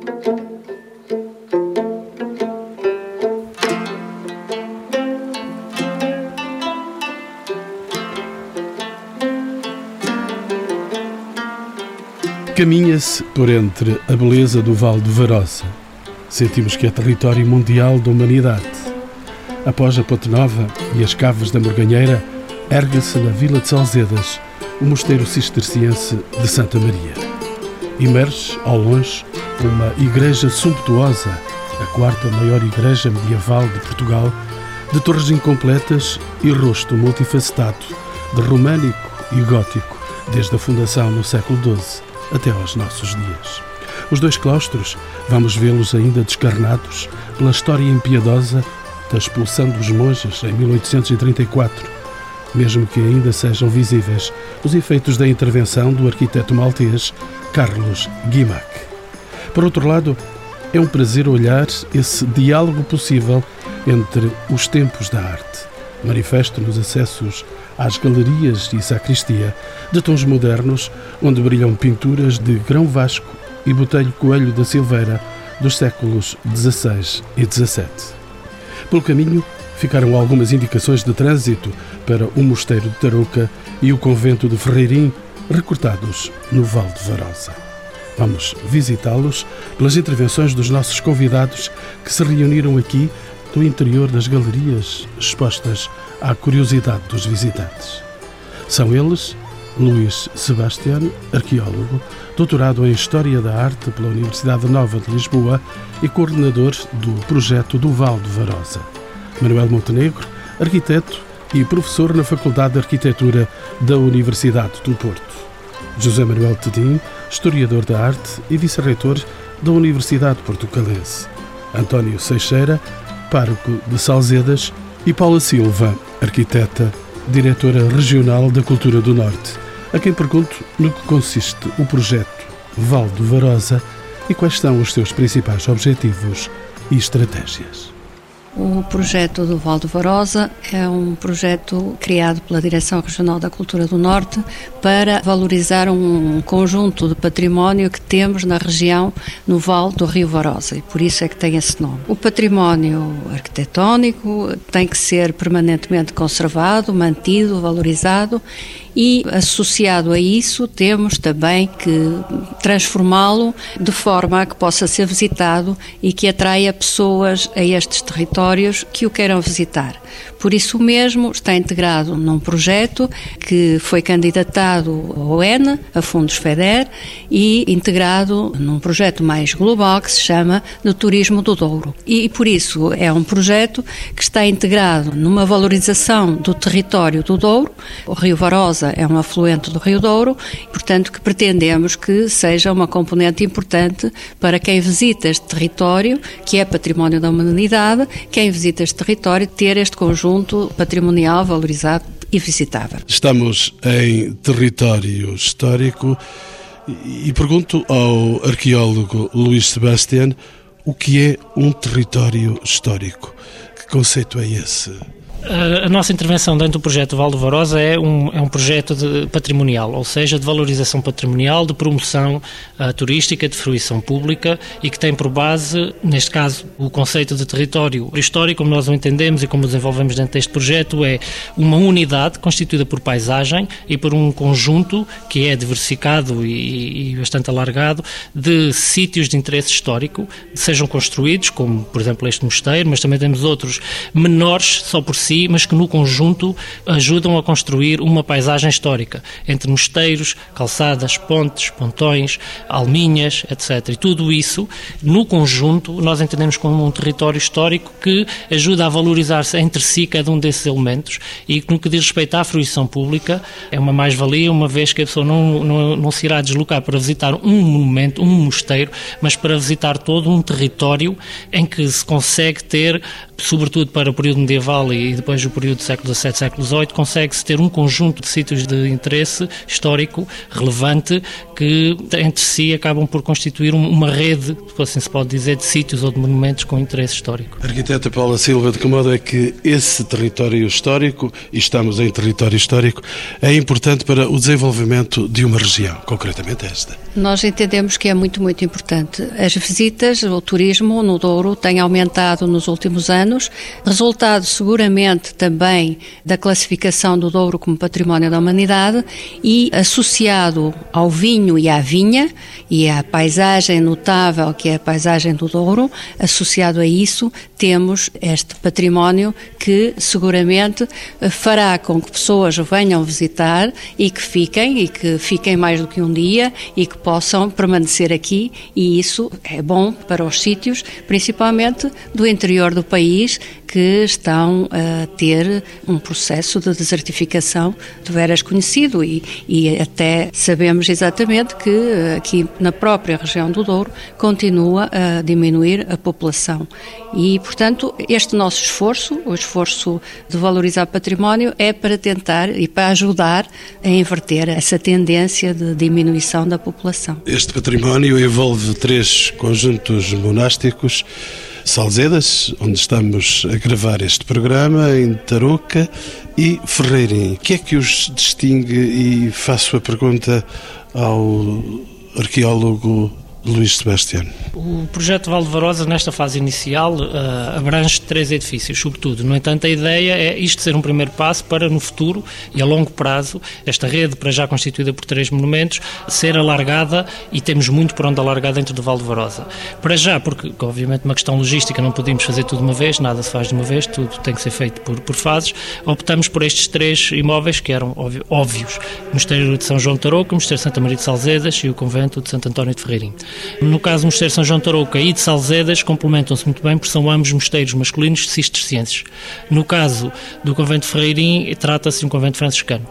Caminha-se por entre a beleza do Val de Varosa. Sentimos que é território mundial da humanidade. Após a Ponte Nova e as caves da Morganheira, ergue-se na vila de Salzedas o mosteiro cisterciense de Santa Maria. Emerge, ao longe, uma igreja sumptuosa, a quarta maior igreja medieval de Portugal, de torres incompletas e rosto multifacetado, de românico e gótico, desde a fundação no século XII até aos nossos dias. Os dois claustros, vamos vê-los ainda descarnados pela história impiedosa da expulsão dos monges em 1834, mesmo que ainda sejam visíveis os efeitos da intervenção do arquiteto maltês Carlos Guimac. Por outro lado, é um prazer olhar esse diálogo possível entre os tempos da arte, manifesto nos acessos às galerias e sacristia de tons modernos, onde brilham pinturas de Grão Vasco e Botelho Coelho da Silveira dos séculos XVI e XVII. Pelo caminho, ficaram algumas indicações de trânsito para o Mosteiro de Tarouca e o Convento de Ferreirim, recortados no Val de Varosa. Vamos visitá-los pelas intervenções dos nossos convidados que se reuniram aqui do interior das galerias expostas à curiosidade dos visitantes. São eles Luís Sebastião, arqueólogo, doutorado em História da Arte pela Universidade Nova de Lisboa e coordenador do projeto do Val de Varosa. Manuel Montenegro, arquiteto e professor na Faculdade de Arquitetura da Universidade do Porto. José Manuel Tedim, historiador da arte e vice-reitor da Universidade Portucalense. António Seixeira, pároco de Salzedas, e Paula Silva, arquiteta, diretora regional da Cultura do Norte, a quem pergunto no que consiste o projeto Val de Varosa e quais são os seus principais objetivos e estratégias. O projeto do Val de Varosa é um projeto criado pela Direção Regional da Cultura do Norte para valorizar um conjunto de património que temos na região, no Val do Rio Varosa, e por isso é que tem esse nome. O património arquitetónico tem que ser permanentemente conservado, mantido, valorizado, e associado a isso temos também que transformá-lo de forma a que possa ser visitado e que atraia pessoas a estes territórios que o queiram visitar. Por isso mesmo está integrado num projeto que foi candidatado ao ON, a fundos FEDER, e integrado num projeto mais global que se chama de Turismo do Douro. E por isso é um projeto que está integrado numa valorização do território do Douro. O Rio Varosa é um afluente do Rio Douro, portanto que pretendemos que seja uma componente importante para quem visita este território, que é património da humanidade, quem visita este território ter este conjunto patrimonial valorizado e visitável. Estamos em território histórico e pergunto ao arqueólogo Luís Sebastião o que é um território histórico. Que conceito é esse? A nossa intervenção dentro do projeto Val de Varosa é um projeto patrimonial, ou seja, de valorização patrimonial, de promoção turística, de fruição pública e que tem por base, neste caso, o conceito de território histórico, como nós o entendemos e como o desenvolvemos dentro deste projeto, é uma unidade constituída por paisagem e por um conjunto que é diversificado e bastante alargado de sítios de interesse histórico, sejam construídos, como por exemplo este mosteiro, mas também temos outros menores só por si, mas que no conjunto ajudam a construir uma paisagem histórica, entre mosteiros, calçadas, pontes, pontões, alminhas, etc. E tudo isso, no conjunto, nós entendemos como um território histórico que ajuda a valorizar-se entre si cada um desses elementos e que no que diz respeito à fruição pública é uma mais-valia, uma vez que a pessoa não se irá deslocar para visitar um monumento, um mosteiro, mas para visitar todo um território em que se consegue ter, sobretudo para o período medieval e depois o período do século XVII, século XVIII, consegue-se ter um conjunto de sítios de interesse histórico relevante que entre si acabam por constituir uma rede, assim se pode dizer, de sítios ou de monumentos com interesse histórico. Arquiteta Paula Silva, de que modo é que esse território histórico, e estamos em território histórico, é importante para o desenvolvimento de uma região, concretamente esta? Nós entendemos que é muito, muito importante. As visitas, o turismo no Douro tem aumentado nos últimos anos, resultado seguramente também da classificação do Douro como Património da Humanidade e associado ao vinho e à vinha e à paisagem notável que é a paisagem do Douro, associado a isso temos este património que seguramente fará com que pessoas venham visitar e que fiquem mais do que um dia e que possam permanecer aqui, e isso é bom para os sítios, principalmente do interior do país, que estão a ter um processo de desertificação de veras conhecido e até sabemos exatamente que aqui na própria região do Douro continua a diminuir a população. E, portanto, este nosso esforço, o esforço de valorizar património, é para tentar e para ajudar a inverter essa tendência de diminuição da população. Este património envolve 3 conjuntos monásticos: Salzedas, onde estamos a gravar este programa, em Tarouca, e Ferreirim. O que é que os distingue? E faço a pergunta ao arqueólogo Luís Sebastiano. O projeto Valdevarosa, nesta fase inicial, abrange 3 edifícios, sobretudo. No entanto, a ideia é isto ser um primeiro passo para, no futuro e a longo prazo, esta rede, para já constituída por 3 monumentos, ser alargada, e temos muito por onde alargar dentro do Valdevarosa. Para já, porque, obviamente, uma questão logística, não podemos fazer tudo de uma vez, nada se faz de uma vez, tudo tem que ser feito por fases, optamos por estes 3 imóveis que eram óbvios: o Mosteiro de São João de Tarouca, o Mosteiro de Santa Maria de Salzedas e o Convento de Santo António de Ferreirim. No caso do Mosteiro de São João de Tarouca e de Salzedas, complementam-se muito bem, porque são ambos mosteiros masculinos cistercienses. No caso do Convento de Ferreirim, trata-se de um convento franciscano,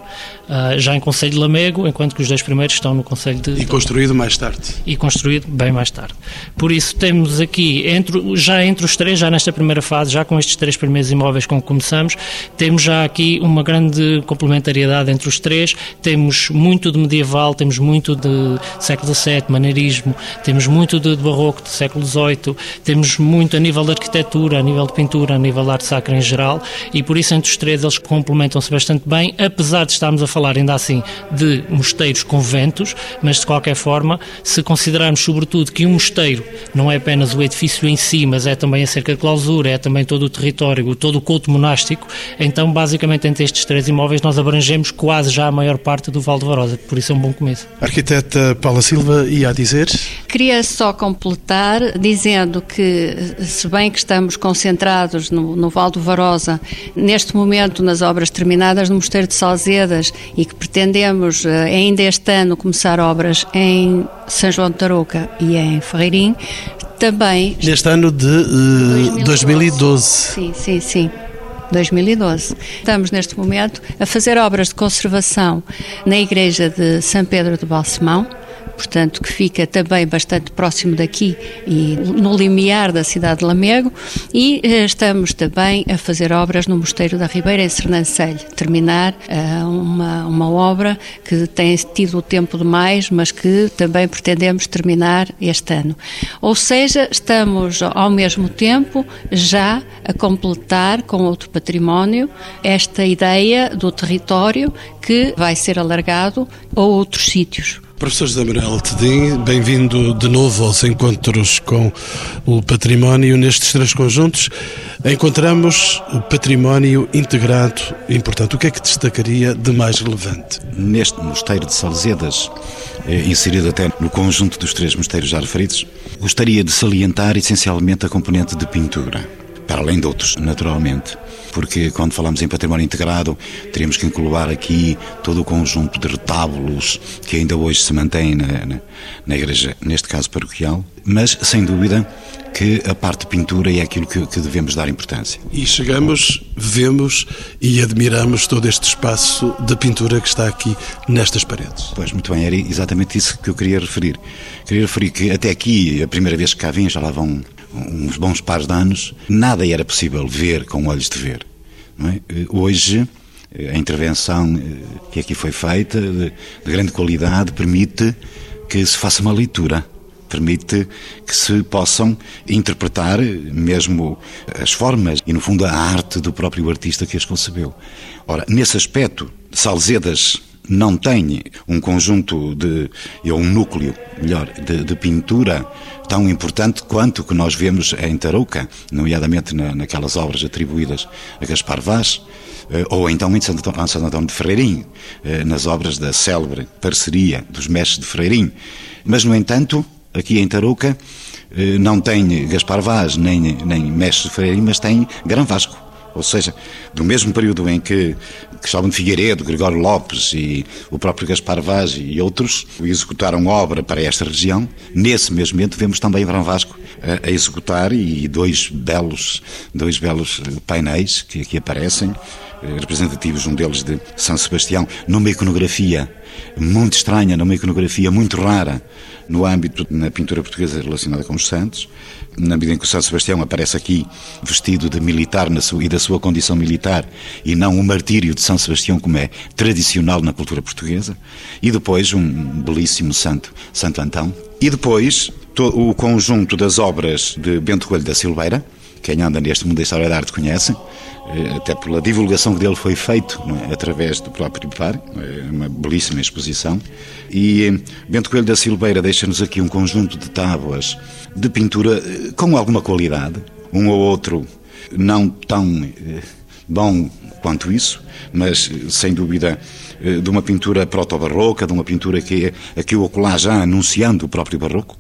já em Concelho de Lamego, enquanto que os 2 primeiros estão no Concelho de... E construído mais tarde. E construído bem mais tarde. Por isso temos aqui, já entre os 3, já nesta primeira fase, já com estes 3 primeiros imóveis com que começamos, temos já aqui uma grande complementariedade entre os 3, temos muito de medieval, temos muito de século XVII, maneirismo, temos muito de barroco do século XVIII, temos muito a nível de arquitetura, a nível de pintura, a nível de arte sacra em geral, e por isso entre os 3 eles complementam-se bastante bem, apesar de estarmos a falar ainda assim de mosteiros conventos, mas de qualquer forma, se considerarmos sobretudo que um mosteiro não é apenas o edifício em si, mas é também a cerca de clausura, é também todo o território, todo o culto monástico, então basicamente entre estes 3 imóveis nós abrangemos quase já a maior parte do Valdevarosa, por isso é um bom começo. Arquiteta Paula Silva, ia a dizer? Queria só completar dizendo que, se bem que estamos concentrados no Valdevarosa, neste momento nas obras terminadas no Mosteiro de Salzedas, e que pretendemos ainda este ano começar obras em São João de Tarouca e em Ferreirim, também... Neste ano de 2012. Sim. 2012. Estamos neste momento a fazer obras de conservação na igreja de São Pedro de Balsemão, portanto, que fica também bastante próximo daqui e no limiar da cidade de Lamego, e estamos também a fazer obras no Mosteiro da Ribeira, em Sernancelho, terminar uma obra que tem tido o tempo demais, mas que também pretendemos terminar este ano. Ou seja, estamos ao mesmo tempo já a completar com outro património esta ideia do território que vai ser alargado a outros sítios. Professor José Manuel Tedim, bem-vindo de novo aos encontros com o património. Nestes 3 conjuntos encontramos património integrado importante. O que é que destacaria de mais relevante? Neste mosteiro de Salzedas, inserido até no conjunto dos 3 mosteiros já referidos, gostaria de salientar essencialmente a componente de pintura, para além de outros, naturalmente. Porque quando falamos em património integrado, teríamos que englobar aqui todo o conjunto de retábulos que ainda hoje se mantém na igreja, neste caso paroquial, mas sem dúvida que a parte de pintura é aquilo que devemos dar importância. E chegamos, vemos e admiramos todo este espaço de pintura que está aqui nestas paredes. Pois, muito bem, era exatamente isso que eu queria referir. Queria referir que até aqui, a primeira vez que cá vim, já lá vão uns bons pares de anos, nada era possível ver com olhos de ver. não é? Hoje, a intervenção que aqui foi feita, de grande qualidade, permite que se faça uma leitura, permite que se possam interpretar mesmo as formas e, no fundo, a arte do próprio artista que as concebeu. Ora, nesse aspecto, Salzedas não tem um conjunto um núcleo, melhor, de pintura tão importante quanto o que nós vemos em Tarouca, nomeadamente naquelas obras atribuídas a Gaspar Vaz, ou então em Santo Antônio de Ferreirim, nas obras da célebre parceria dos mestres de Ferreirim. Mas, no entanto, aqui em Tarouca não tem Gaspar Vaz nem mestres de Ferreirim, mas tem Grão Vasco. Ou seja, do mesmo período em que Cristóvão de Figueiredo, Gregório Lopes e o próprio Gaspar Vaz e outros executaram obra para esta região, nesse mesmo momento vemos também Grão Vasco a executar, e dois belos painéis que aqui aparecem, representativos, um deles de São Sebastião, numa iconografia muito estranha, numa iconografia muito rara no âmbito na pintura portuguesa relacionada com os santos, na medida em que o São Sebastião aparece aqui vestido de militar e da sua condição militar, e não o martírio de São Sebastião como é tradicional na cultura portuguesa, e depois um belíssimo santo, Santo Antão, e depois o conjunto das obras de Bento Coelho da Silveira. Quem anda neste mundo da história da arte conhece, até pela divulgação que dele foi feito, não é? Através do próprio par, uma belíssima exposição. E Bento Coelho da Silveira deixa-nos aqui um conjunto de tábuas de pintura com alguma qualidade, um ou outro não tão bom quanto isso, mas sem dúvida de uma pintura proto-barroca, de uma pintura que aqui o ocular já anunciando o próprio barroco.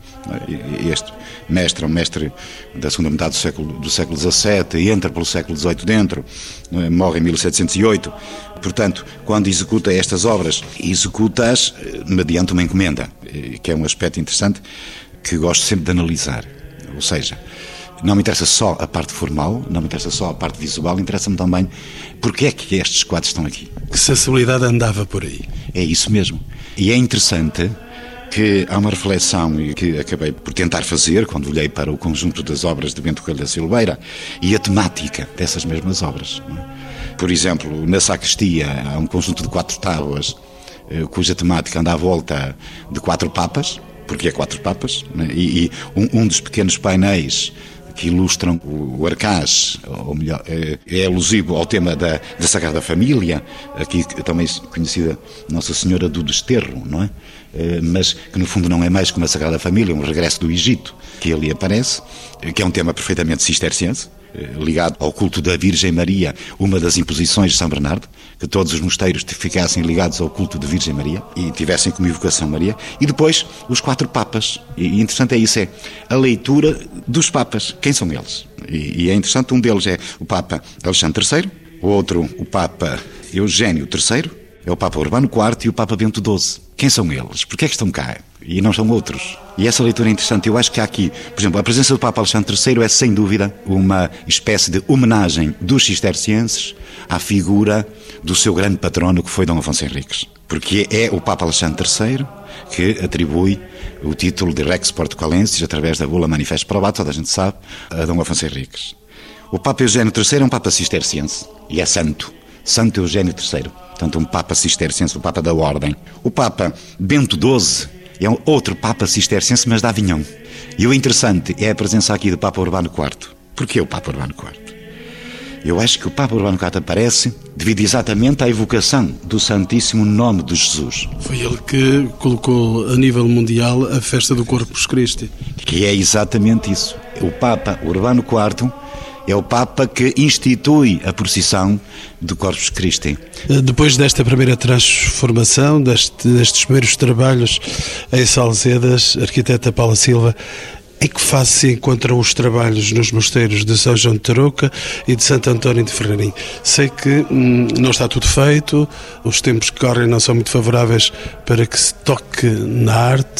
Este mestre é um mestre da segunda metade do século XVII, entra pelo século XVIII dentro, morre em 1708. Portanto, quando executa estas obras, executa-as mediante uma encomenda, que é um aspecto interessante que gosto sempre de analisar. Ou seja, não me interessa só a parte formal, não me interessa só a parte visual, interessa-me também porque é que estes quadros estão aqui. Que sensibilidade andava por aí. É isso mesmo. E é interessante que há uma reflexão que acabei por tentar fazer quando olhei para o conjunto das obras de Bento Coelho da Silveira e a temática dessas mesmas obras. Por exemplo, na sacristia há um conjunto de 4 tábuas cuja temática anda à volta de 4 papas, porque é 4 papas, né? E um dos pequenos painéis que ilustram o arcaz, ou melhor, é alusivo ao tema da Sagrada Família, aqui também conhecida Nossa Senhora do Desterro, não é? Mas que no fundo não é mais que uma Sagrada Família, um regresso do Egito, que ali aparece, que é um tema perfeitamente cisterciense, ligado ao culto da Virgem Maria, uma das imposições de São Bernardo, que todos os mosteiros ficassem ligados ao culto de Virgem Maria e tivessem como evocação Maria, e depois os 4 papas. E interessante é isso, é a leitura dos papas. Quem são eles? E é interessante, um deles é o Papa Alexandre III, o outro o Papa Eugênio III, é o Papa Urbano IV e o Papa Bento XII. Quem são eles? Porquê é que estão cá? E não são outros. E essa leitura é interessante. Eu acho que há aqui, por exemplo, a presença do Papa Alexandre III é sem dúvida uma espécie de homenagem dos cistercienses à figura do seu grande patrono que foi Dom Afonso Henriques. Porque é o Papa Alexandre III que atribui o título de Rex Portucalensis através da bula Manifesto Probato, toda a gente sabe, a Dom Afonso Henriques. O Papa Eugênio III é um Papa cisterciense e é santo. Santo Eugênio III. Portanto, um Papa cisterciense, o Papa da Ordem. O Papa Bento XII é um outro Papa cisterciense, mas da Avignon. E o interessante é a presença aqui do Papa Urbano IV. Porquê o Papa Urbano IV? Eu acho que o Papa Urbano IV aparece devido exatamente à evocação do Santíssimo Nome de Jesus. Foi ele que colocou a nível mundial a festa do Corpus Christi. Que é exatamente isso. O Papa Urbano IV é o Papa que institui a procissão do Corpus Christi. Depois desta primeira transformação, destes primeiros trabalhos em Salzedas, arquiteta Paula Silva, em que fase se encontram os trabalhos nos mosteiros de São João de Tarouca e de Santo Antônio de Ferreirim? Sei que não está tudo feito, os tempos que correm não são muito favoráveis para que se toque na arte,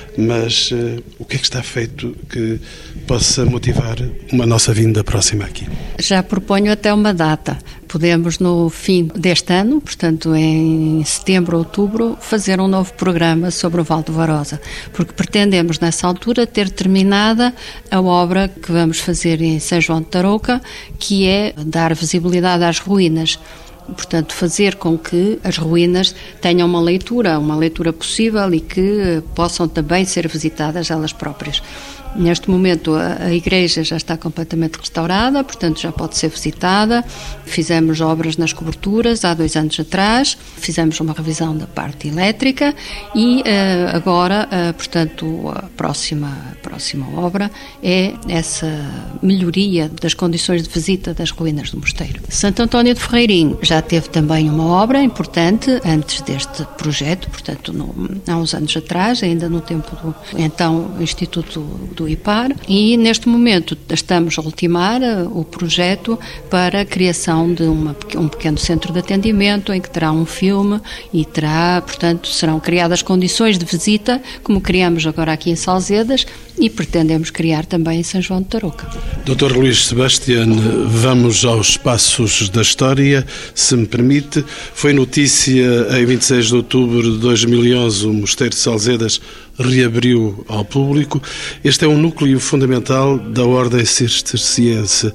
mas o que é que está feito que possa motivar uma nossa vinda próxima aqui? Já proponho até uma data. Podemos, no fim deste ano, portanto em setembro, outubro, fazer um novo programa sobre o Val do Varosa, porque pretendemos, nessa altura, ter terminada a obra que vamos fazer em São João de Tarouca, que é dar visibilidade às ruínas. Portanto, fazer com que as ruínas tenham uma leitura possível e que possam também ser visitadas elas próprias. Neste momento a igreja já está completamente restaurada, portanto já pode ser visitada. Fizemos obras nas coberturas há 2 anos atrás, fizemos uma revisão da parte elétrica e agora, portanto, a próxima obra é essa melhoria das condições de visita das ruínas do mosteiro. Santo António de Ferreirim já teve também uma obra importante antes deste projeto, portanto há uns anos atrás, ainda no tempo do então Instituto do IPAR, e neste momento estamos a ultimar o projeto para a criação de um pequeno centro de atendimento em que terá um filme e portanto, serão criadas condições de visita, como criamos agora aqui em Salzedas e pretendemos criar também em São João de Tarouca. Dr. Luís Sebastián, vamos aos passos da história, se me permite. Foi notícia em 26 de outubro de 2011, o Mosteiro de Salzedas reabriu ao público. Este é um núcleo fundamental da Ordem Cisterciense.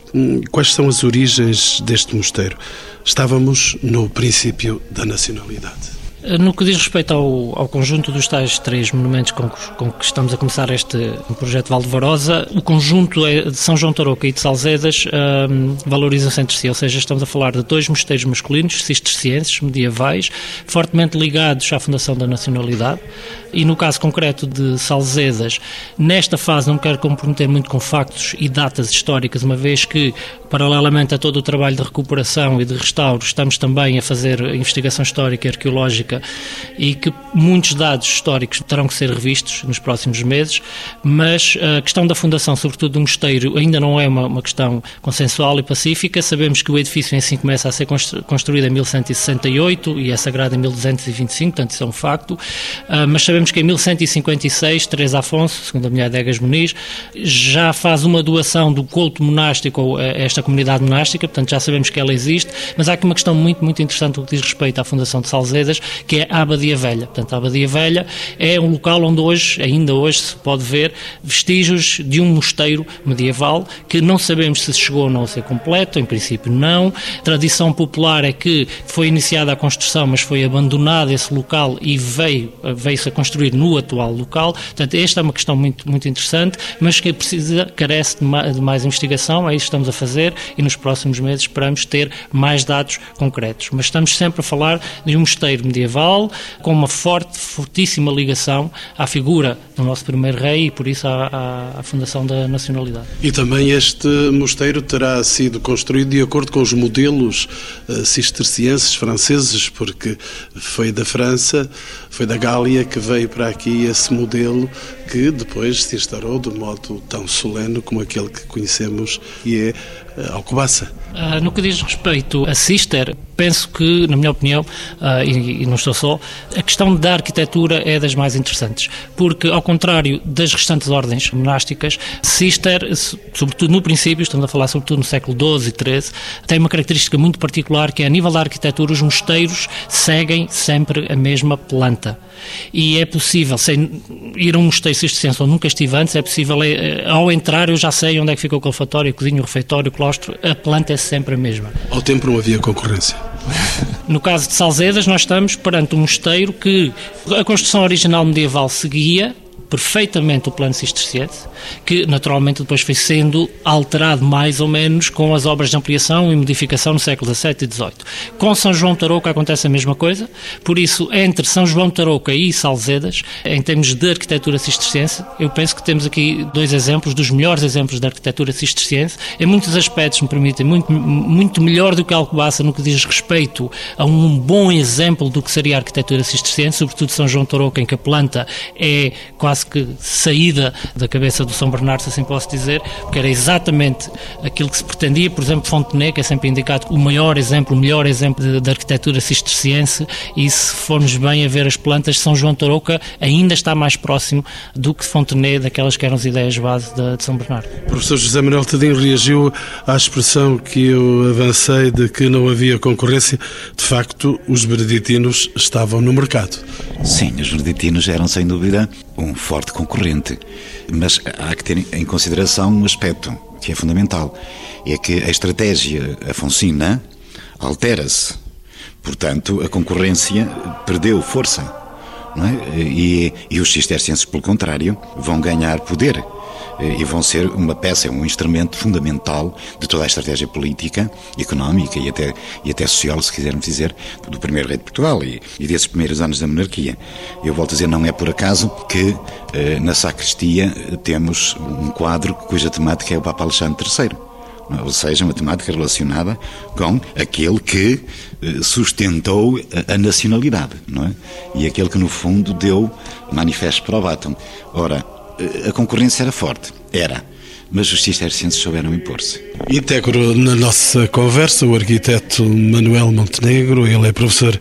Quais são as origens deste mosteiro? Estávamos no princípio da nacionalidade. No que diz respeito ao conjunto dos tais 3 monumentos com que estamos a começar este projeto Val de Varosa, o conjunto de São João de Tarouca e de Salzedas valoriza-se entre si, ou seja, estamos a falar de 2 mosteiros masculinos, cistercienses, medievais, fortemente ligados à fundação da nacionalidade. E no caso concreto de Salzedas, nesta fase não me quero comprometer muito com factos e datas históricas, uma vez que, paralelamente a todo o trabalho de recuperação e de restauro, estamos também a fazer investigação histórica e arqueológica e que muitos dados históricos terão que ser revistos nos próximos meses, mas a questão da fundação, sobretudo do mosteiro, ainda não é uma questão consensual e pacífica. Sabemos que o edifício em si começa a ser construído em 1168 e é sagrado em 1225, portanto isso é um facto, mas sabemos que em 1156, Teresa Afonso, segundo a mulher de Egas Muniz, já faz uma doação do culto monástico a esta comunidade monástica, portanto já sabemos que ela existe, mas há aqui uma questão muito, muito interessante no que diz respeito à fundação de Salzedas, que é a Abadia Velha. Portanto, a Abadia Velha é um local onde ainda hoje se pode ver vestígios de um mosteiro medieval, que não sabemos se chegou ou não a ser completo, em princípio não. Tradição popular é que foi iniciada a construção, mas foi abandonado esse local e veio-se a construir no atual local. Portanto, esta é uma questão muito, muito interessante, mas que carece de mais investigação. É isso que estamos a fazer e nos próximos meses esperamos ter mais dados concretos. Mas estamos sempre a falar de um mosteiro medieval com uma fortíssima ligação à figura do nosso primeiro rei e, por isso, à fundação da nacionalidade. E também este mosteiro terá sido construído de acordo com os modelos cistercienses franceses, porque foi da França, foi da Gália que veio para aqui esse modelo que depois se instaurou de modo tão solene como aquele que conhecemos, e é a Alcobaça. No que diz respeito a Cister, penso que, na minha opinião, e não estou só, a questão da arquitetura é das mais interessantes, porque, ao contrário das restantes ordens monásticas, Cister, sobretudo no princípio, estamos a falar sobretudo no século XII e XIII, tem uma característica muito particular, que é, a nível da arquitetura, os mosteiros seguem sempre a mesma planta. E é possível, sem ir a um mosteiro cisterciense onde nunca estive antes, é possível, ao entrar, eu já sei onde é que fica o calfatório, a cozinha, o refeitório, o claustro, a planta é sempre a mesma. Ao tempo não havia concorrência. No caso de Salzedas, nós estamos perante um mosteiro que a construção original medieval seguia perfeitamente o plano cisterciense, que naturalmente depois foi sendo alterado mais ou menos com as obras de ampliação e modificação no século XVII e XVIII. Com São João de Tarouca acontece a mesma coisa, por isso, entre São João de Tarouca e Salzedas, em termos de arquitetura cisterciense, eu penso que temos aqui 2 exemplos, dos melhores exemplos da arquitetura cisterciense, em muitos aspectos, me permitem, muito melhor do que a Alcobaça no que diz respeito a um bom exemplo do que seria a arquitetura cisterciense, sobretudo São João de Tarouca, em que a planta é quase quase que saída da cabeça do São Bernardo, se assim posso dizer, porque era exatamente aquilo que se pretendia. Por exemplo, Fontenay, que é sempre indicado o melhor exemplo de arquitetura cisterciense, e se formos bem a ver as plantas, São João de Tarouca ainda está mais próximo do que Fontenay, daquelas que eram as ideias base de São Bernardo. O professor José Manuel Tadinho reagiu à expressão que eu avancei de que não havia concorrência. De facto, os beneditinos estavam no mercado. Sim, os beneditinos eram sem dúvida um forte concorrente, mas há que ter em consideração um aspecto que é fundamental, é que a estratégia afonsina altera-se, portanto a concorrência perdeu força, não é? E os cistercienses, pelo contrário, vão ganhar poder e vão ser uma peça, um instrumento fundamental de toda a estratégia política, económica e até social, se quisermos dizer, do primeiro rei de Portugal e desses primeiros anos da monarquia. Eu volto a dizer, não é por acaso que na sacristia temos um quadro cuja temática é o Papa Alexandre III. Ou seja, uma temática relacionada com aquele que sustentou a nacionalidade, não é? E aquele que, no fundo, deu manifesto probatum. Ora, a concorrência era forte, mas os cistercienses souberam impor-se. Integro na nossa conversa o arquiteto Manuel Montenegro. Ele é professor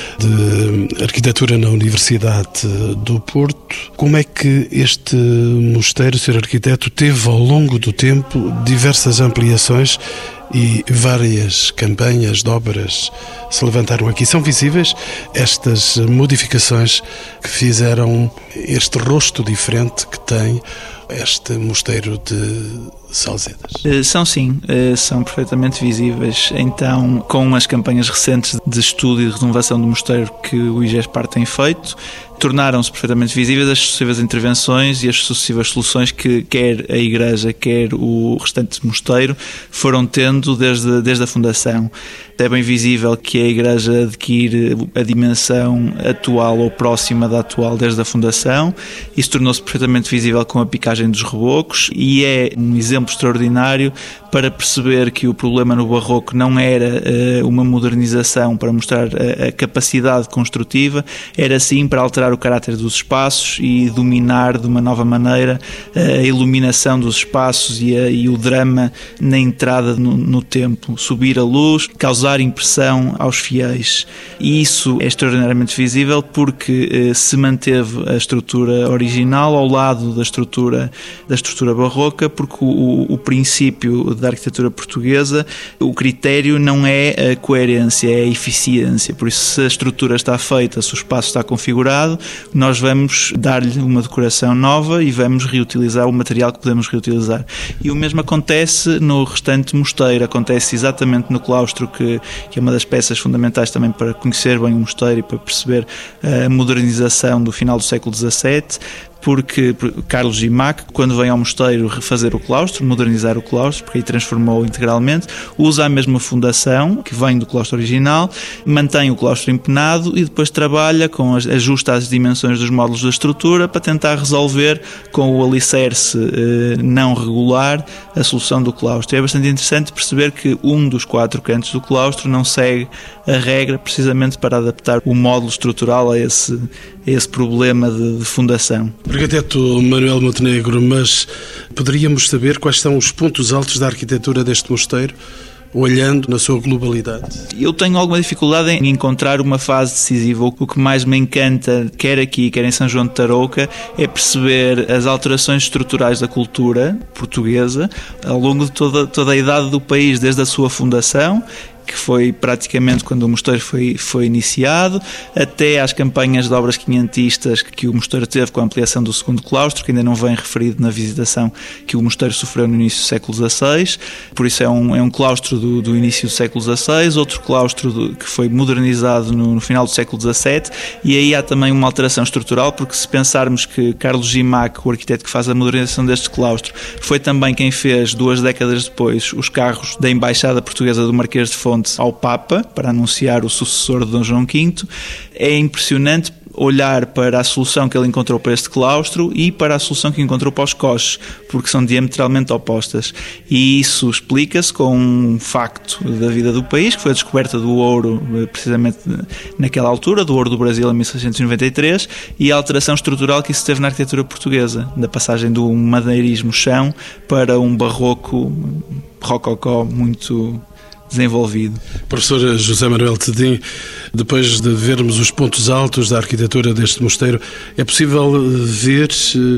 de arquitetura na Universidade do Porto. Como é que este mosteiro, Sr. Arquiteto, teve ao longo do tempo diversas ampliações e várias campanhas de obras se levantaram aqui? São visíveis estas modificações que fizeram este rosto diferente que tem este mosteiro de Salzedas? São sim, são perfeitamente visíveis. Então, com as campanhas recentes de estudo e de renovação do mosteiro que o IGESPAR tem feito, tornaram-se perfeitamente visíveis as sucessivas intervenções e as sucessivas soluções que quer a Igreja, quer o restante mosteiro foram tendo desde a fundação. É bem visível que a Igreja adquire a dimensão atual ou próxima da atual desde a fundação. Isso tornou-se perfeitamente visível com a picagem dos rebocos e é um exemplo extraordinário para perceber que o problema no Barroco não era uma modernização para mostrar a capacidade construtiva, era sim para alterar o caráter dos espaços e dominar de uma nova maneira a iluminação dos espaços e o drama na entrada no templo, subir a luz, causar impressão aos fiéis. E isso é extraordinariamente visível porque se manteve a estrutura original ao lado da estrutura barroca, porque o princípio da arquitetura portuguesa, o critério não é a coerência, é a eficiência. Por isso, se a estrutura está feita, se o espaço está configurado, nós vamos dar-lhe uma decoração nova e vamos reutilizar o material que podemos reutilizar. E o mesmo acontece no restante mosteiro, acontece exatamente no claustro, que é uma das peças fundamentais também para conhecer bem o mosteiro e para perceber a modernização do final do século XVII, porque Carlos Gimac, quando vem ao mosteiro refazer o claustro, modernizar o claustro, porque aí transformou integralmente, usa a mesma fundação que vem do claustro original, mantém o claustro empenado e depois trabalha com ajusta às dimensões dos módulos da estrutura para tentar resolver com o alicerce não regular a solução do claustro. É bastante interessante perceber que um dos 4 cantos do claustro não segue a regra precisamente para adaptar o módulo estrutural a esse problema de fundação. Arquiteto Manuel Montenegro, mas poderíamos saber quais são os pontos altos da arquitetura deste mosteiro, olhando na sua globalidade? Eu tenho alguma dificuldade em encontrar uma fase decisiva. O que mais me encanta, quer aqui, quer em São João de Tarouca, é perceber as alterações estruturais da cultura portuguesa ao longo de toda a idade do país, desde a sua fundação, que foi praticamente quando o mosteiro foi iniciado, até às campanhas de obras quinhentistas que o mosteiro teve com a ampliação do segundo claustro, que ainda não vem referido na visitação que o mosteiro sofreu no início do século XVI. Por isso é um claustro do início do século XVI, outro claustro que foi modernizado no final do século XVII, e aí há também uma alteração estrutural, porque se pensarmos que Carlos Gimac, o arquiteto que faz a modernização deste claustro, foi também quem fez 2 décadas depois os carros da Embaixada Portuguesa do Marquês de Fontes ao Papa, para anunciar o sucessor de Dom João V, é impressionante olhar para a solução que ele encontrou para este claustro e para a solução que encontrou para os coches, porque são diametralmente opostas. E isso explica-se com um facto da vida do país, que foi a descoberta do ouro, precisamente naquela altura, do ouro do Brasil em 1693, e a alteração estrutural que isso teve na arquitetura portuguesa, da passagem do madeirismo chão para um barroco rococó muito desenvolvido. Professor José Manuel Tedim, depois de vermos os pontos altos da arquitetura deste mosteiro, é possível ver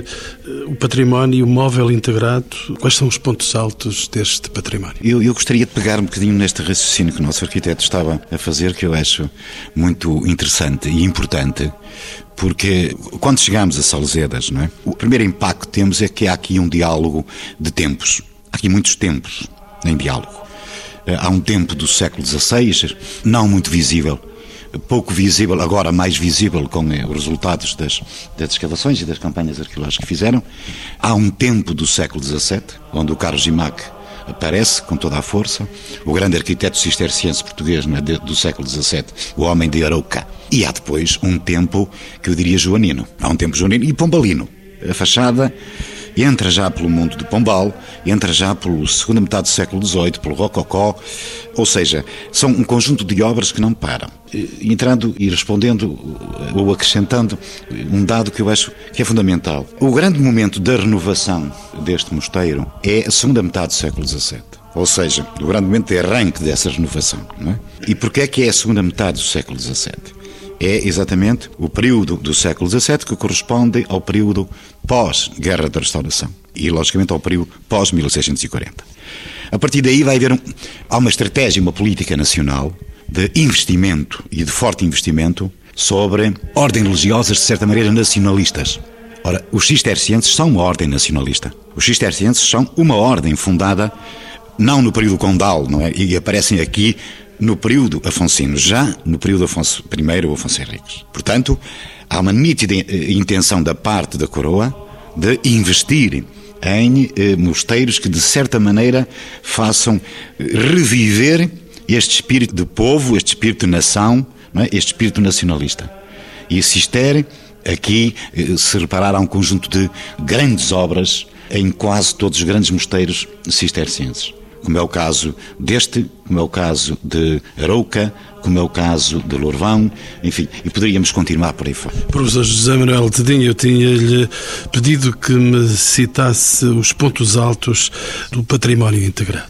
o património móvel integrado? Quais são os pontos altos deste património? Eu gostaria de pegar um bocadinho neste raciocínio que o nosso arquiteto estava a fazer, que eu acho muito interessante e importante, porque quando chegamos a Salzedas, não é? O primeiro impacto que temos é que há aqui um diálogo de tempos. Há aqui muitos tempos em diálogo. Há um tempo do século XVI, não muito visível, pouco visível, agora mais visível com os resultados das escavações e das campanhas arqueológicas que fizeram. Há um tempo do século XVII, onde o Carlos Gimac aparece com toda a força, o grande arquiteto cisterciense português, não é, do século XVII, o homem de Arouca. E há depois um tempo que eu diria joanino. Há um tempo joanino e pombalino. A fachada entra já pelo mundo de Pombal, entra já pela segunda metade do século XVIII, pelo Rococó, ou seja, são um conjunto de obras que não param. Entrando e respondendo ou acrescentando um dado que eu acho que é fundamental. O grande momento da renovação deste mosteiro é a segunda metade do século XVII. Ou seja, o grande momento de arranque dessa renovação. Não é? E porquê é que é a segunda metade do século XVII? É exatamente o período do século XVII que corresponde ao período pós-Guerra da Restauração e, logicamente, ao período pós-1640. A partir daí há uma estratégia, uma política nacional de investimento e de forte investimento sobre ordens religiosas, de certa maneira, nacionalistas. Ora, os cistercienses são uma ordem nacionalista. Os cistercienses são uma ordem fundada não no período condal, não é? E aparecem aqui no período afonsino, já no período Afonso I ou Afonso Henriques. Portanto, há uma nítida intenção da parte da coroa de investir em mosteiros que, de certa maneira, façam reviver este espírito de povo, este espírito de nação, não é? Este espírito nacionalista. E Cister, aqui, se reparar, há um conjunto de grandes obras em quase todos os grandes mosteiros cistercienses. Como é o caso deste, como é o caso de Arouca, como é o caso de Lourvão, enfim, e poderíamos continuar por aí fora. Professor José Manuel Tedim, eu tinha-lhe pedido que me citasse os pontos altos do património integrado.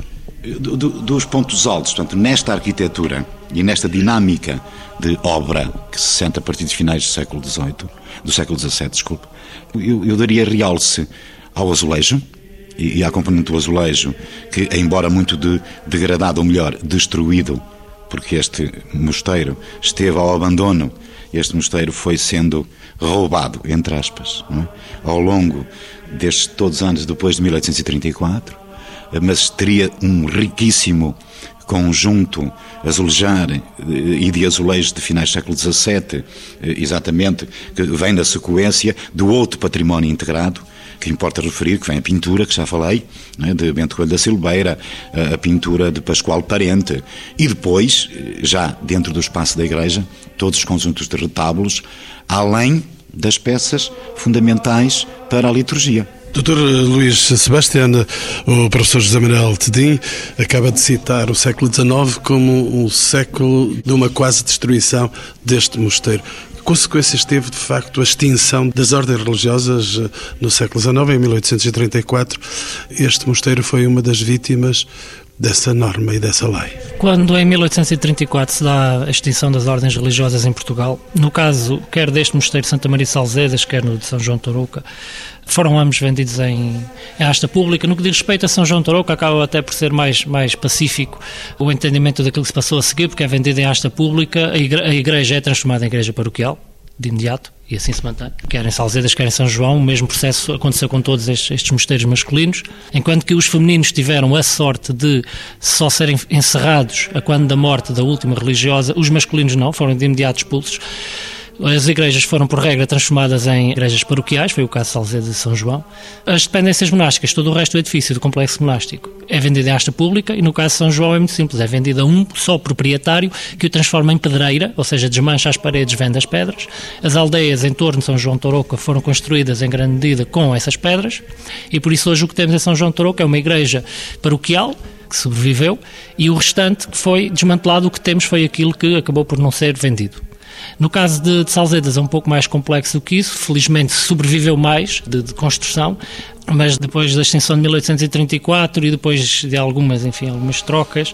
Dos pontos altos, portanto, nesta arquitetura e nesta dinâmica de obra que se sente a partir dos finais do século XVII, desculpe, eu daria realce ao azulejo, e à componente do azulejo, que, embora muito degradado, ou melhor, destruído, porque este mosteiro esteve ao abandono, este mosteiro foi sendo roubado, entre aspas, não é? Ao longo destes todos os anos depois de 1834, mas teria um riquíssimo conjunto azulejar e de azulejos de finais do século XVII, exatamente, que vem na sequência do outro património integrado, que importa referir, que vem a pintura, que já falei, né, de Bento Coelho da Silveira, a pintura de Pascoal Parente, e depois, já dentro do espaço da igreja, todos os conjuntos de retábulos, além das peças fundamentais para a liturgia. Dr. Luís Sebastião, o professor José Manuel Tedim acaba de citar o século XIX como um século de uma quase destruição deste mosteiro. Que consequências teve, de facto, a extinção das ordens religiosas no século XIX? Em 1834, este mosteiro foi uma das vítimas dessa norma e dessa lei. Quando em 1834 se dá a extinção das ordens religiosas em Portugal, no caso quer deste mosteiro de Santa Maria de Salzedas, quer no de São João de Tourouca, foram ambos vendidos em asta pública. No que diz respeito a São João de Tourouca, acaba até por ser mais pacífico o entendimento daquilo que se passou a seguir, porque é vendido em asta pública, a igreja é transformada em igreja paroquial, de imediato, e assim se mantém. Quer em Salzedas, quer em São João, o mesmo processo aconteceu com todos estes mosteiros masculinos, enquanto que os femininos tiveram a sorte de só serem encerrados a quando da morte da última religiosa, os masculinos não, foram de imediato expulsos. As igrejas foram, por regra, transformadas em igrejas paroquiais, foi o caso de Salzedas e São João. As dependências monásticas, todo o resto do edifício do complexo monástico, é vendido em asta pública e, no caso de São João, é muito simples, é vendido a um só proprietário que o transforma em pedreira, ou seja, desmancha as paredes, vende as pedras. As aldeias em torno de São João de Toroca foram construídas em grande medida com essas pedras e, por isso, hoje o que temos em São João de Toroca é uma igreja paroquial, que sobreviveu, e o restante que foi desmantelado, o que temos foi aquilo que acabou por não ser vendido. No caso de Salzedas é um pouco mais complexo do que isso, felizmente sobreviveu mais de construção, mas depois da extinção de 1834 e depois de algumas trocas,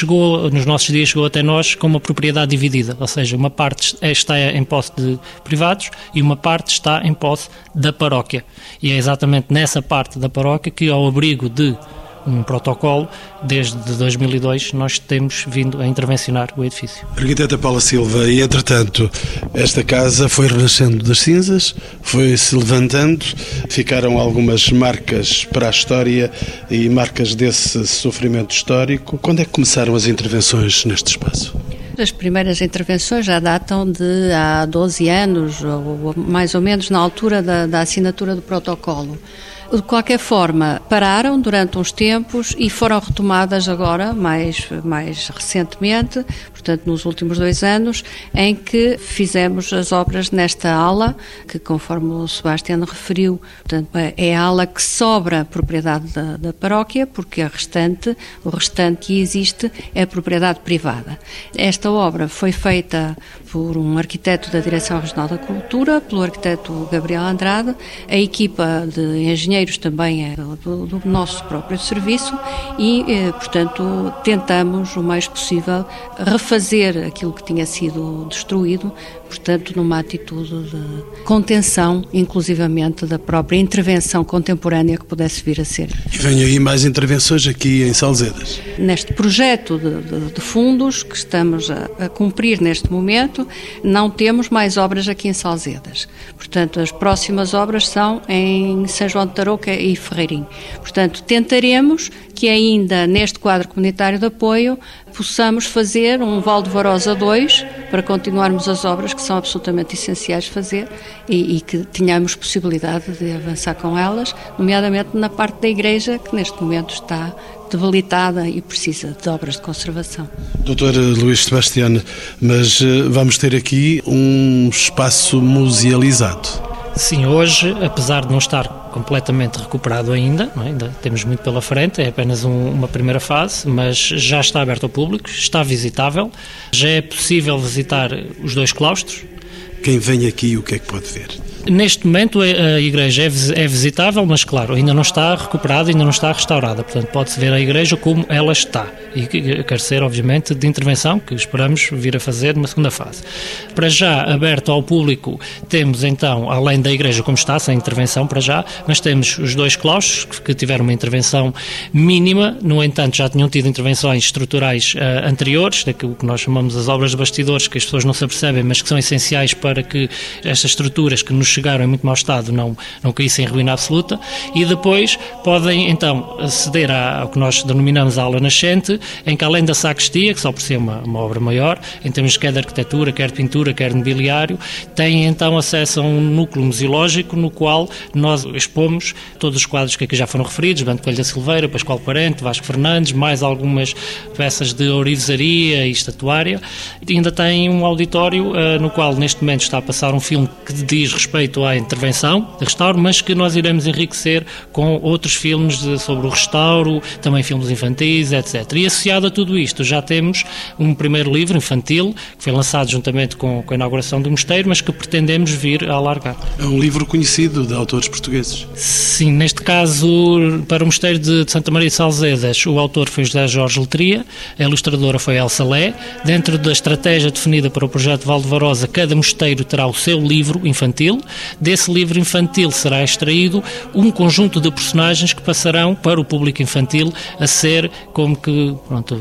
nos nossos dias chegou até nós com uma propriedade dividida, ou seja, uma parte está em posse de privados e uma parte está em posse da paróquia. E é exatamente nessa parte da paróquia que, ao abrigo de um protocolo, desde 2002 nós temos vindo a intervencionar o edifício. Arquiteta Paula Silva, e entretanto esta casa foi renascendo das cinzas, foi-se levantando, ficaram algumas marcas para a história e marcas desse sofrimento histórico. Quando é que começaram as intervenções neste espaço? As primeiras intervenções já datam de há 12 anos, ou mais ou menos na altura da assinatura do protocolo. De qualquer forma, pararam durante uns tempos e foram retomadas agora, mais recentemente, portanto nos últimos 2 anos, em que fizemos as obras nesta ala, que conforme o Sebastião referiu, portanto, é a ala que sobra propriedade da paróquia, porque o restante que existe é propriedade privada. Esta obra foi feita por um arquiteto da Direção Regional da Cultura, pelo arquiteto Gabriel Andrade, a equipa de engenheiros também é do nosso próprio serviço e, portanto, tentamos o mais possível refazer aquilo que tinha sido destruído, portanto, numa atitude de contenção, inclusivamente da própria intervenção contemporânea que pudesse vir a ser. E vem aí mais intervenções aqui em Salzedas? Neste projeto de fundos que estamos a cumprir neste momento, não temos mais obras aqui em Salzedas. Portanto, as próximas obras são em São João de Toroca e Ferreirim. Portanto, tentaremos que ainda neste quadro comunitário de apoio possamos fazer um Val de Varosa 2 para continuarmos as obras que são absolutamente essenciais fazer e que tenhamos possibilidade de avançar com elas, nomeadamente na parte da igreja que neste momento está debilitada e precisa de obras de conservação. Dr. Luís Sebastião, mas vamos ter aqui um espaço musealizado. Sim, hoje, apesar de não estar completamente recuperado ainda temos muito pela frente, é apenas uma primeira fase, mas já está aberto ao público, está visitável, já é possível visitar os 2 claustros. Quem vem aqui, o que é que pode ver? Neste momento a igreja é visitável, mas claro, ainda não está recuperada, ainda não está restaurada, portanto pode-se ver a igreja como ela está e carecer obviamente de intervenção que esperamos vir a fazer numa segunda fase. Para já, aberto ao público, temos então, além da igreja como está, sem intervenção para já, mas temos os 2 claustros que tiveram uma intervenção mínima, no entanto já tinham tido intervenções estruturais anteriores, daquilo que nós chamamos as obras de bastidores, que as pessoas não se apercebem, mas que são essenciais para que estas estruturas que nos chegaram em muito mau estado não caíssem em ruína absoluta, e depois podem então aceder ao que nós denominamos a aula nascente, em que além da sacristia, que só por ser uma obra maior, em termos quer de arquitetura, quer de pintura, quer de mobiliário, têm então acesso a um núcleo museológico no qual nós expomos todos os quadros que aqui já foram referidos, Bento Coelho da Silveira, Pascoal Parente, Vasco Fernandes, mais algumas peças de ourivesaria e estatuária, e ainda tem um auditório no qual neste momento está a passar um filme que diz respeito à intervenção de restauro, mas que nós iremos enriquecer com outros filmes sobre o restauro, também filmes infantis, etc. E associado a tudo isto, já temos um primeiro livro infantil, que foi lançado juntamente com a inauguração do mosteiro, mas que pretendemos vir a alargar. É um livro conhecido de autores portugueses? Sim, neste caso, para o mosteiro de Santa Maria de Salzedas, o autor foi José Jorge Letria, a ilustradora foi Elsa Lé. Dentro da estratégia definida para o projeto Val de Varosa, cada mosteiro terá o seu livro infantil. Desse livro infantil será extraído um conjunto de personagens que passarão para o público infantil a ser como que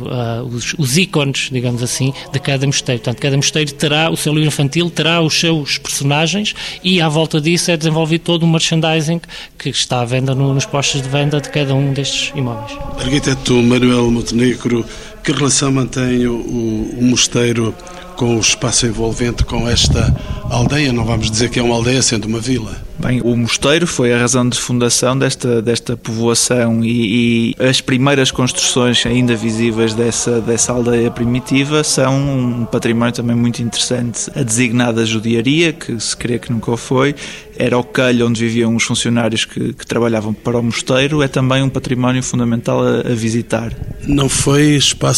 os ícones, digamos assim, de cada mosteiro. Portanto, cada mosteiro terá o seu livro infantil, terá os seus personagens e à volta disso é desenvolvido todo um merchandising que está à venda nos postos de venda de cada um destes imóveis. Arquiteto Manuel Montenegro, que relação mantém o mosteiro com o espaço envolvente com esta aldeia? Não vamos dizer que é uma aldeia, sendo uma vila. Bem, o mosteiro foi a razão de fundação desta povoação e as primeiras construções ainda visíveis dessa aldeia primitiva são um património também muito interessante. A designada judiaria, que se crê que nunca o foi, era o calho onde viviam os funcionários que trabalhavam para o mosteiro, é também um património fundamental a visitar. Não foi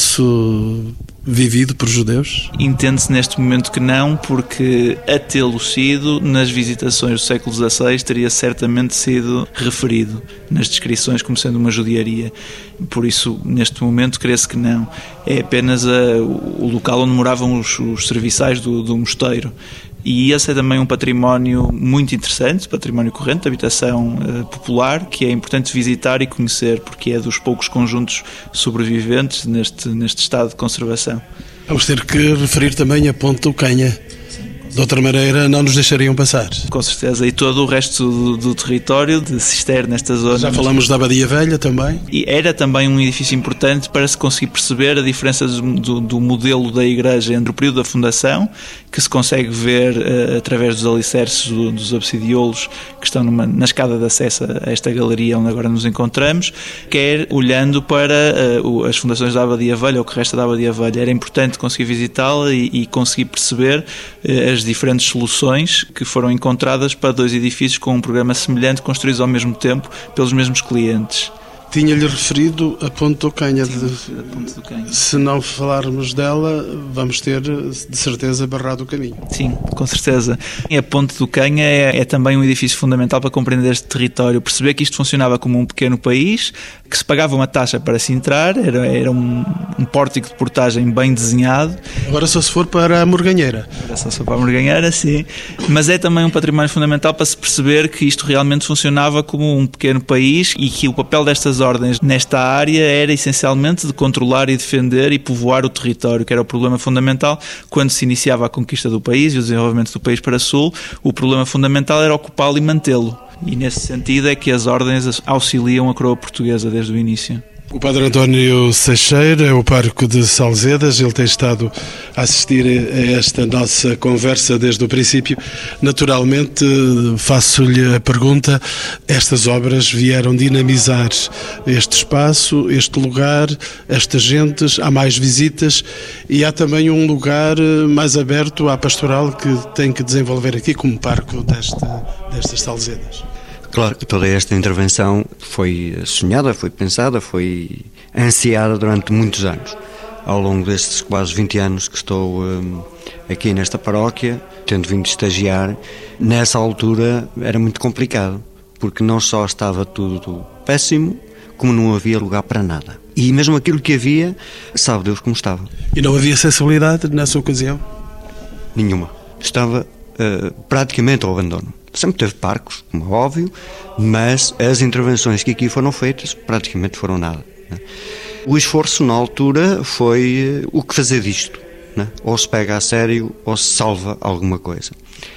espaço vivido por judeus? Entende-se neste momento que não, porque a tê-lo sido, nas visitações do século XVI, teria certamente sido referido nas descrições como sendo uma judiaria. Por isso, neste momento, crê-se que não. É apenas o local onde moravam os serviçais do mosteiro. E esse é também um património muito interessante, património corrente, habitação popular, que é importante visitar e conhecer, porque é dos poucos conjuntos sobreviventes neste estado de conservação. Vamos ter que referir também a Ponte do Canha. De outra maneira, não nos deixariam passar. Com certeza, e todo o resto do território de Cister, nesta zona. Já falamos da Abadia Velha também. E era também um edifício importante para se conseguir perceber a diferença do modelo da igreja entre o período da fundação, que se consegue ver através dos alicerces dos absidiolos que estão na escada de acesso a esta galeria onde agora nos encontramos, quer olhando para as fundações da Abadia Velha, ou o que resta da Abadia Velha. Era importante conseguir visitá-la e conseguir perceber as diferentes soluções que foram encontradas para dois edifícios com um programa semelhante, construídos ao mesmo tempo pelos mesmos clientes. Tinha-lhe referido a Ponte do Canha. Canha. Se não falarmos dela, vamos ter, de certeza, barrado o caminho. Sim, com certeza. A Ponte do Canha é também um edifício fundamental para compreender este território. Perceber que isto funcionava como um pequeno país, que se pagava uma taxa para se entrar, era um pórtico de portagem bem desenhado. Agora só se for para a Morganheira. Agora só se for para a Morganheira, sim. Mas é também um património fundamental para se perceber que isto realmente funcionava como um pequeno país e que o papel destas ordens nesta área era essencialmente de controlar e defender e povoar o território, que era o problema fundamental quando se iniciava a conquista do país e o desenvolvimento do país para sul. O problema fundamental era ocupá-lo e mantê-lo. E nesse sentido é que as ordens auxiliam a coroa portuguesa desde o início. O Padre António Seixeira é o pároco de Salzedas. Ele tem estado a assistir a esta nossa conversa desde o princípio. Naturalmente, faço-lhe a pergunta: estas obras vieram dinamizar este espaço, este lugar, estas gentes, há mais visitas e há também um lugar mais aberto à pastoral que tem que desenvolver aqui como pároco destas Salzedas. Claro que toda esta intervenção foi sonhada, foi pensada, foi ansiada durante muitos anos. Ao longo destes quase 20 anos que estou aqui nesta paróquia, tendo vindo estagiar, nessa altura era muito complicado, porque não só estava tudo péssimo, como não havia lugar para nada. E mesmo aquilo que havia, sabe Deus como estava. E não havia sensibilidade nessa ocasião? Nenhuma. Estava praticamente ao abandono. Sempre teve parcos, como é óbvio, mas as intervenções que aqui foram feitas praticamente foram nada, né? O esforço na altura foi o que fazer disto, né? Ou se pega a sério ou se salva alguma coisa.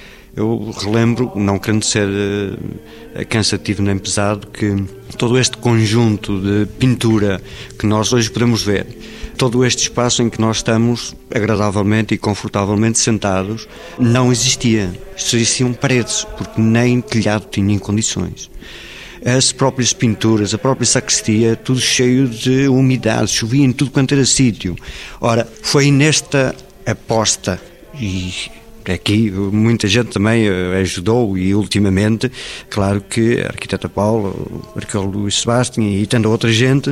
Eu relembro, não querendo ser cansativo nem pesado, que todo este conjunto de pintura que nós hoje podemos ver, todo este espaço em que nós estamos agradavelmente e confortavelmente sentados, não existia. Existiam paredes, porque nem telhado tinha em condições. As próprias pinturas, a própria sacristia, tudo cheio de umidade, chovia em tudo quanto era sítio. Ora, foi nesta aposta, e aqui muita gente também ajudou, e ultimamente, claro que a arquiteta Paula, o arqueólogo Luís Sebastião e tanta outra gente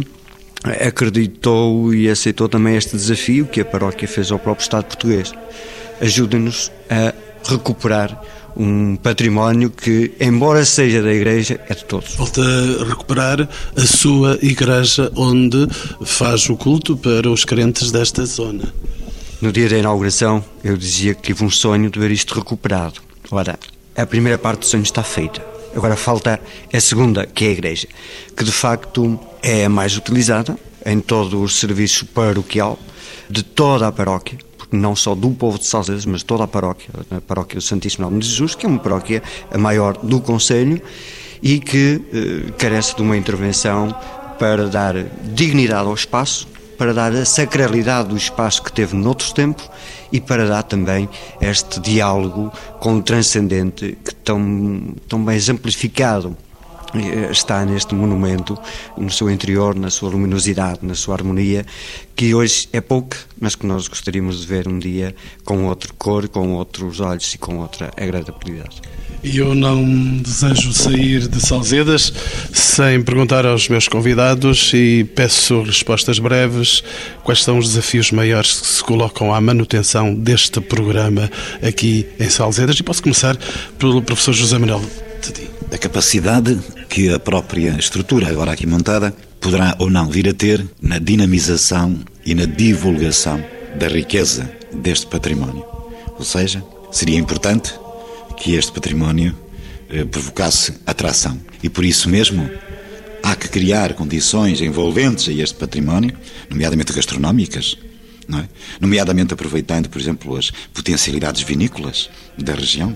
acreditou e aceitou também este desafio que a paróquia fez ao próprio Estado português. Ajuda-nos a recuperar um património que, embora seja da Igreja, é de todos. Volta a recuperar a sua igreja onde faz o culto para os crentes desta zona. No dia da inauguração, eu dizia que tive um sonho de ver isto recuperado. Ora, a primeira parte do sonho está feita. Agora falta a segunda, que é a igreja, que de facto é a mais utilizada em todo o serviço paroquial de toda a paróquia, porque não só do povo de Salzedas, mas toda a paróquia do Santíssimo Nome de Jesus, que é uma paróquia a maior do concelho e que carece de uma intervenção para dar dignidade ao espaço, para dar a sacralidade do espaço que teve noutros tempos e para dar também este diálogo com o transcendente que tão bem exemplificado está neste monumento, no seu interior, na sua luminosidade, na sua harmonia, que hoje é pouco, mas que nós gostaríamos de ver um dia com outra cor, com outros olhos e com outra agradabilidade. E eu não desejo sair de Salzedas sem perguntar aos meus convidados e peço respostas breves. Quais são os desafios maiores que se colocam à manutenção deste programa aqui em Salzedas? E posso começar pelo professor José Manuel Tedi. A capacidade que a própria estrutura agora aqui montada poderá ou não vir a ter na dinamização e na divulgação da riqueza deste património. Ou seja, seria importante que este património provocasse atração. E por isso mesmo há que criar condições envolventes a este património, nomeadamente gastronómicas, não é? Nomeadamente aproveitando, por exemplo, as potencialidades vinícolas da região.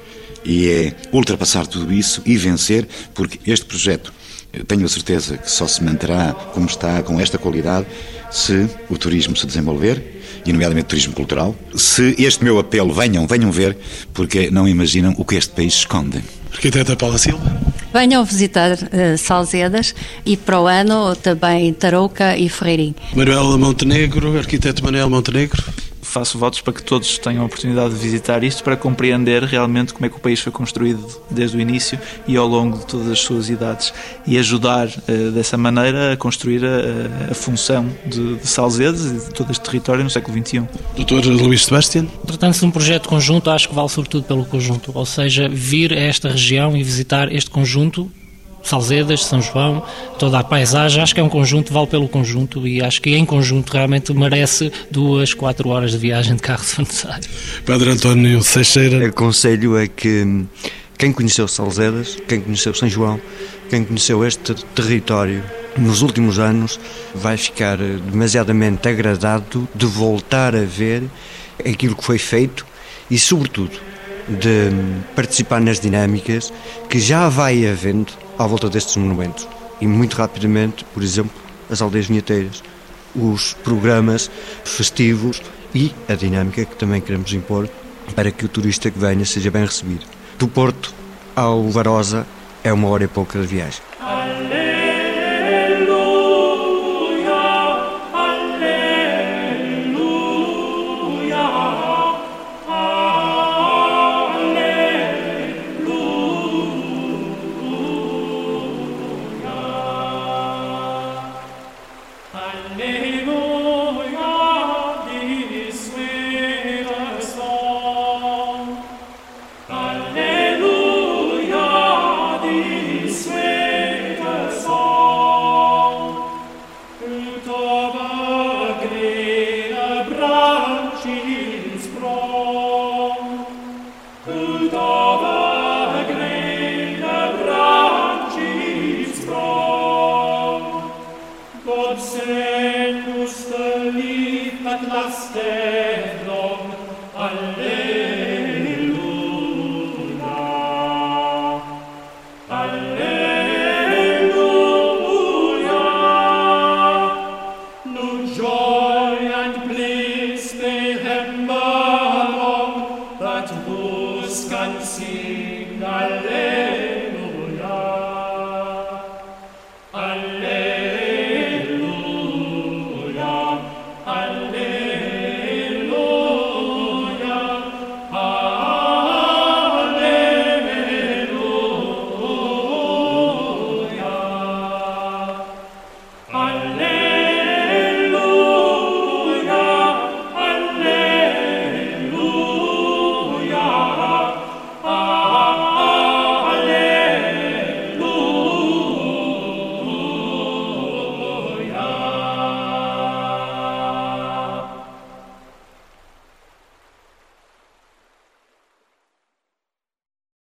E é ultrapassar tudo isso e vencer, porque este projeto, eu tenho a certeza que só se manterá como está, com esta qualidade, se o turismo se desenvolver, e nomeadamente o turismo cultural. Se este meu apelo venham ver, porque não imaginam o que este país esconde. Arquiteta Paula Silva. Venham visitar Salzedas e para o ano também Tarouca e Ferreirim. Manuel Montenegro, arquiteto Manuel Montenegro. Faço votos para que todos tenham a oportunidade de visitar isto, para compreender realmente como é que o país foi construído desde o início e ao longo de todas as suas idades, e ajudar dessa maneira a construir a função de Salzedas e de todo este território no século XXI. Dr. Luís Sebastião. Tratando-se de um projeto conjunto, acho que vale sobretudo pelo conjunto, ou seja, vir a esta região e visitar este conjunto, Salzedas, São João, toda a paisagem, acho que é um conjunto, vale pelo conjunto, e acho que em conjunto realmente merece 2-4 horas de viagem de carro se for necessário. Padre António Seixeira. Aconselho é que quem conheceu Salzedas, quem conheceu São João, quem conheceu este território nos últimos anos, vai ficar demasiadamente agradado de voltar a ver aquilo que foi feito e, sobretudo, de participar nas dinâmicas que já vai havendo à volta destes monumentos. E muito rapidamente, por exemplo, as aldeias vinheteiras, os programas festivos e a dinâmica que também queremos impor para que o turista que venha seja bem recebido. Do Porto ao Varosa é 1 hora e pouca de viagem. God save